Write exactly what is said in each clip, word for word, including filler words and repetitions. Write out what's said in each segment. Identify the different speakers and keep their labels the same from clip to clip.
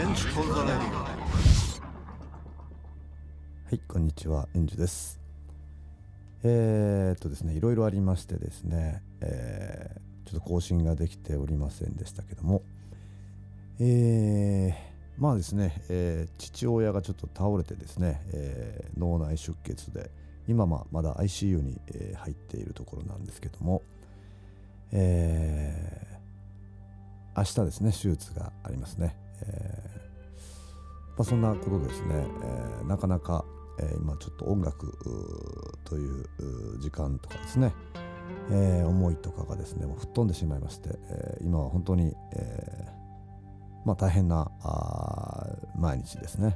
Speaker 1: Orange Koza Radio。 はい、こんにちは、エンジュです。えー、っとですね、いろいろありましてですね、えー、ちょっと更新ができておりませんでしたけども、えー、まあですね、えー、父親がちょっと倒れてですね、えー、脳内出血で今まあまだ アイシーユー に、えー、入っているところなんですけども、えー明日ですね手術がありますね、えーまあ、そんなことですね、えー、なかなか、えー、今ちょっと音楽という時間とかですね、えー、思いとかがですねもう吹っ飛んでしまいまして、えー、今は本当に、えーまあ、大変な毎日ですね。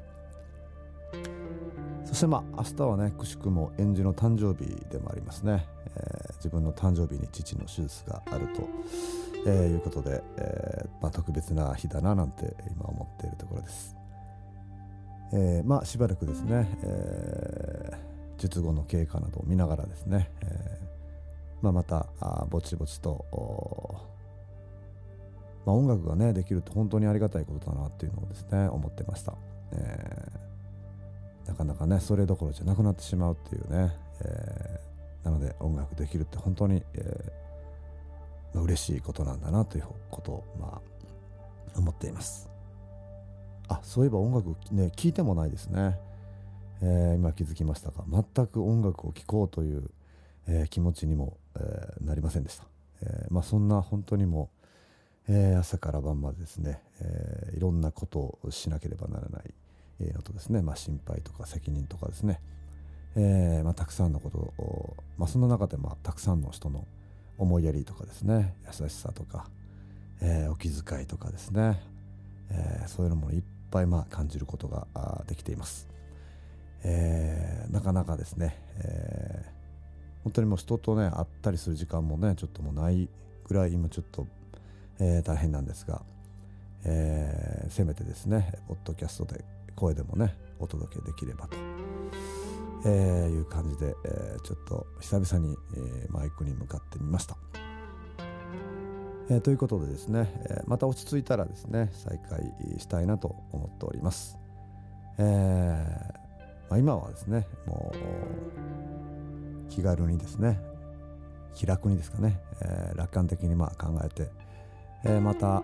Speaker 1: そしてまあ明日はねくしくも園児の誕生日でもありますね、えー、自分の誕生日に父の手術があるとえー、いうことで、えーまあ、特別な日だななんて今思っているところです。えー、まあしばらくですね、えー、術後の経過などを見ながらですね、えーまあ、またあぼちぼちと、まあ、音楽がねできると本当にありがたいことだなっていうのをですね思ってました。えー、なかなかねそれどころじゃなくなってしまうっていうね、えー、なので音楽できるって本当に、えー嬉しいことなんだなということをまあ思っています。あ、そういえば音楽ね聴いてもないですね、えー、今気づきましたが全く音楽を聴こうという、えー、気持ちにも、えー、なりませんでした。えー、まあそんな本当にもう、えー、朝から晩までですね、えー、いろんなことをしなければならないのとですね、まあ、心配とか責任とかですね、えーまあ、たくさんのことを、まあ、その中でまあたくさんの人の思いやりとかですね優しさとか、えー、お気遣いとかですね、えー、そういうのもいっぱいまあ感じることができています。えー、なかなかですね、えー、本当にもう人とね会ったりする時間もねちょっともうないぐらい今ちょっと、えー、大変なんですが、えー、せめてですねポッドキャストで声でもねお届けできればとえー、いう感じで、えー、ちょっと久々に、えー、マイクに向かってみました。えー、ということでですね、えー、また落ち着いたらですね再開したいなと思っております。えーまあ、今はですねもう気軽にですね気楽にですかね、えー、楽観的にまあ考えて、えー、また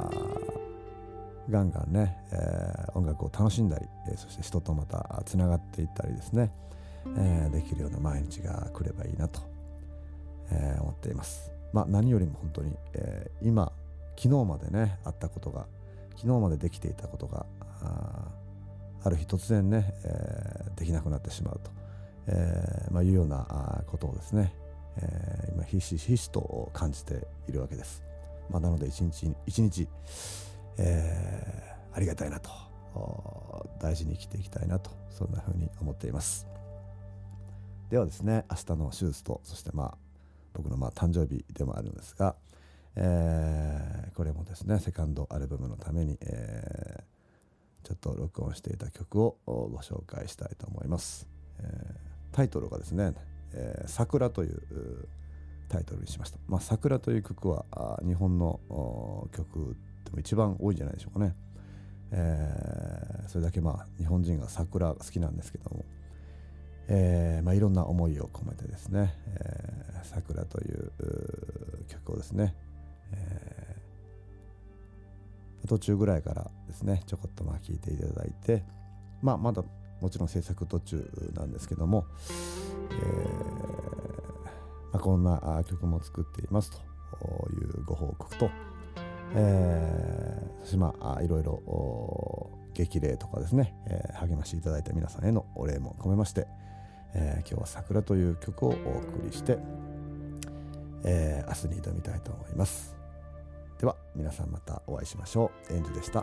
Speaker 1: ガンガンね、えー、音楽を楽しんだり、えー、そして人とまたつながっていったりですね、えー、できるような毎日が来ればいいなと、えー、思っています。まあ何よりも本当に、えー、今昨日までねあったことが昨日までできていたことが あ, ある日突然ね、えー、できなくなってしまうと、えーまあ、いうようなことをですね、えー、今ひしひしと感じているわけです。まあ、なので一日一日えー、ありがたいなと大事に生きていきたいなとそんな風に思っています。ではですね明日の手術とそしてまあ僕のまあ誕生日でもあるんですが、えー、これもですねセカンドアルバムのために、えー、ちょっと録音していた曲をご紹介したいと思います。えー、タイトルがですね、えー、桜というタイトルにしました。まあ、桜という曲は日本の曲一番多いんじゃないでしょうかね。えー、それだけまあ日本人が桜が好きなんですけども、えーまあ、いろんな思いを込めてですね、えー、桜という曲をですね、えー、途中ぐらいからですねちょこっとまあ聴いていただいて、まあ、まだもちろん制作途中なんですけども、えーまあ、こんな曲も作っていますというご報告と、えー、そしてまあいろいろ激励とかですね、えー、励ましていただいた皆さんへのお礼も込めまして、えー、今日は桜という曲をお送りして、えー、明日に挑みたいと思います。では皆さんまたお会いしましょう。エンジュでした。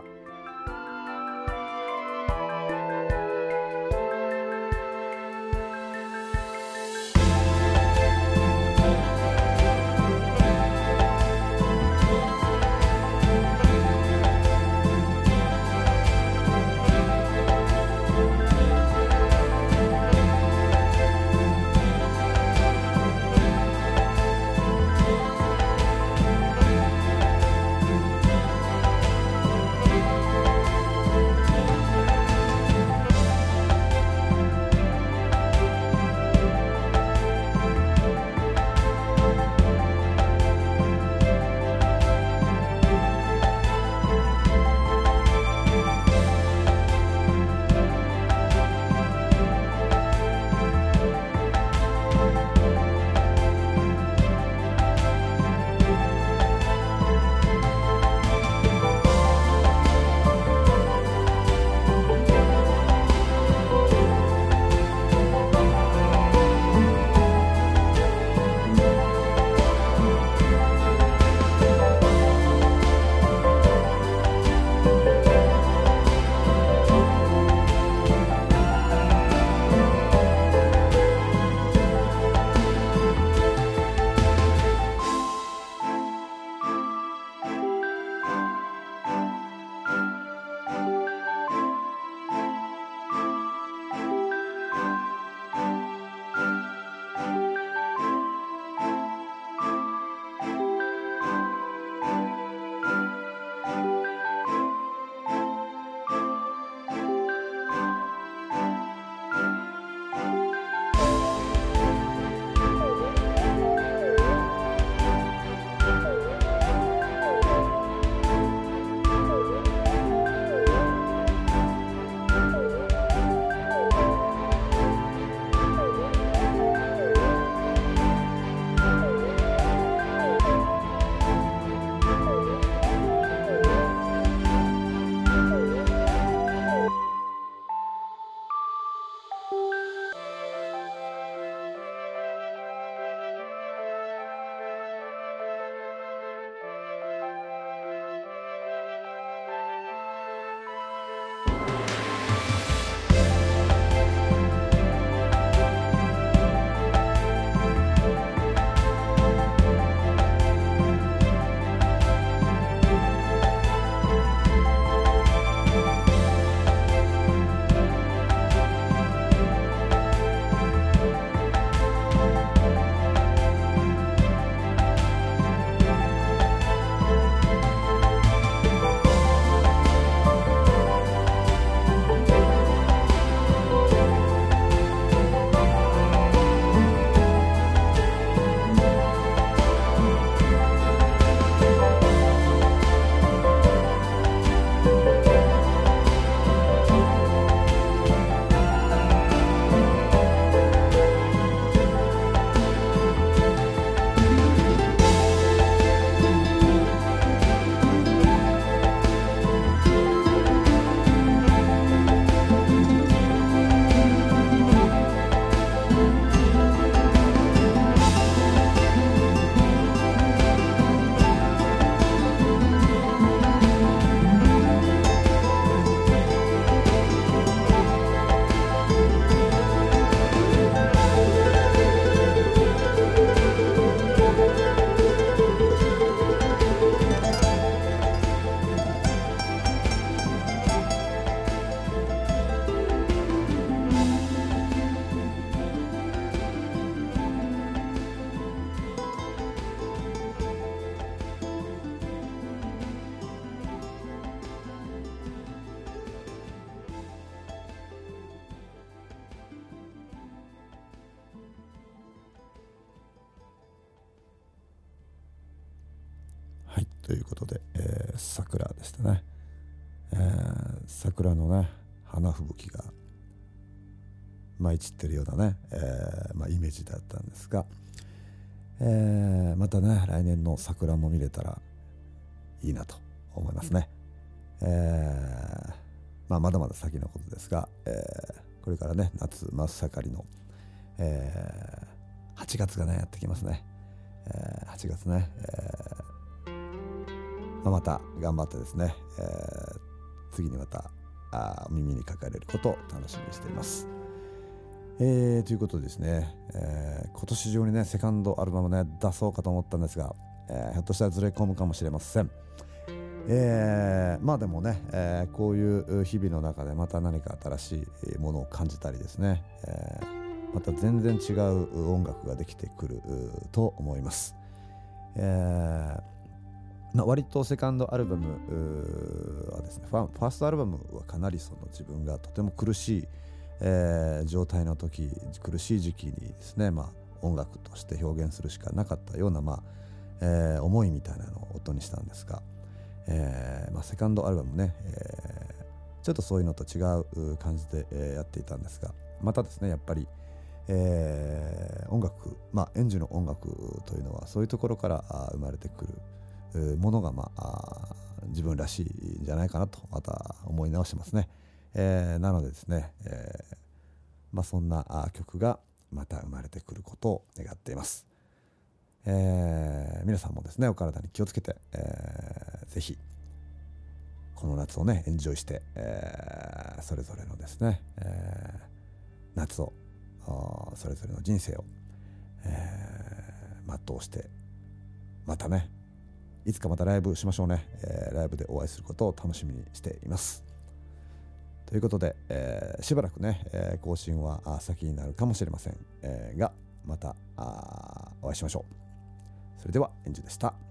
Speaker 1: ということで、えー、桜でしたね、えー、桜のね花吹雪が舞い散ってるようなね、えーまあ、イメージだったんですが、えー、またね来年の桜も見れたらいいなと思いますね、えーまあ、まだまだ先のことですが、えー、これからね夏真っ盛りの、えー、はちがつがねやってきますね、えー、はちがつね、えーまあ、また頑張ってですね、えー、次にまたあ耳にかかれることを楽しみにしています、えー、ということでですね、えー、今年中にねセカンドアルバムね出そうかと思ったんですが、えー、ひょっとしたらずれ込むかもしれません、えー、まあでもね、えー、こういう日々の中でまた何か新しいものを感じたりですね、えー、また全然違う音楽ができてくると思います、えーまあ、割とセカンドアルバムはですねファファーストアルバムはかなりその自分がとても苦しい、えー、状態の時苦しい時期にですね、まあ、音楽として表現するしかなかったような、まあえー、思いみたいなのを音にしたんですが、えーまあ、セカンドアルバムね、えー、ちょっとそういうのと違う感じで、えー、やっていたんですがまたですねやっぱり、えー、音楽、まあ、演じの音楽というのはそういうところから生まれてくるものが、まあ、自分らしいんじゃないかなとまた思い直してますね、えー、なのでですね、えーまあ、そんな曲がまた生まれてくることを願っています、えー、皆さんもですねお体に気をつけて、えー、ぜひこの夏をねエンジョイして、えー、それぞれのですね、えー、夏をそれぞれの人生を、えー、全うしてまたねいつかまたライブしましょうね、えー、ライブでお会いすることを楽しみにしていますということで、えー、しばらくね、えー、更新は先になるかもしれません、えー、がまたお会いしましょう。それではエンジュでした。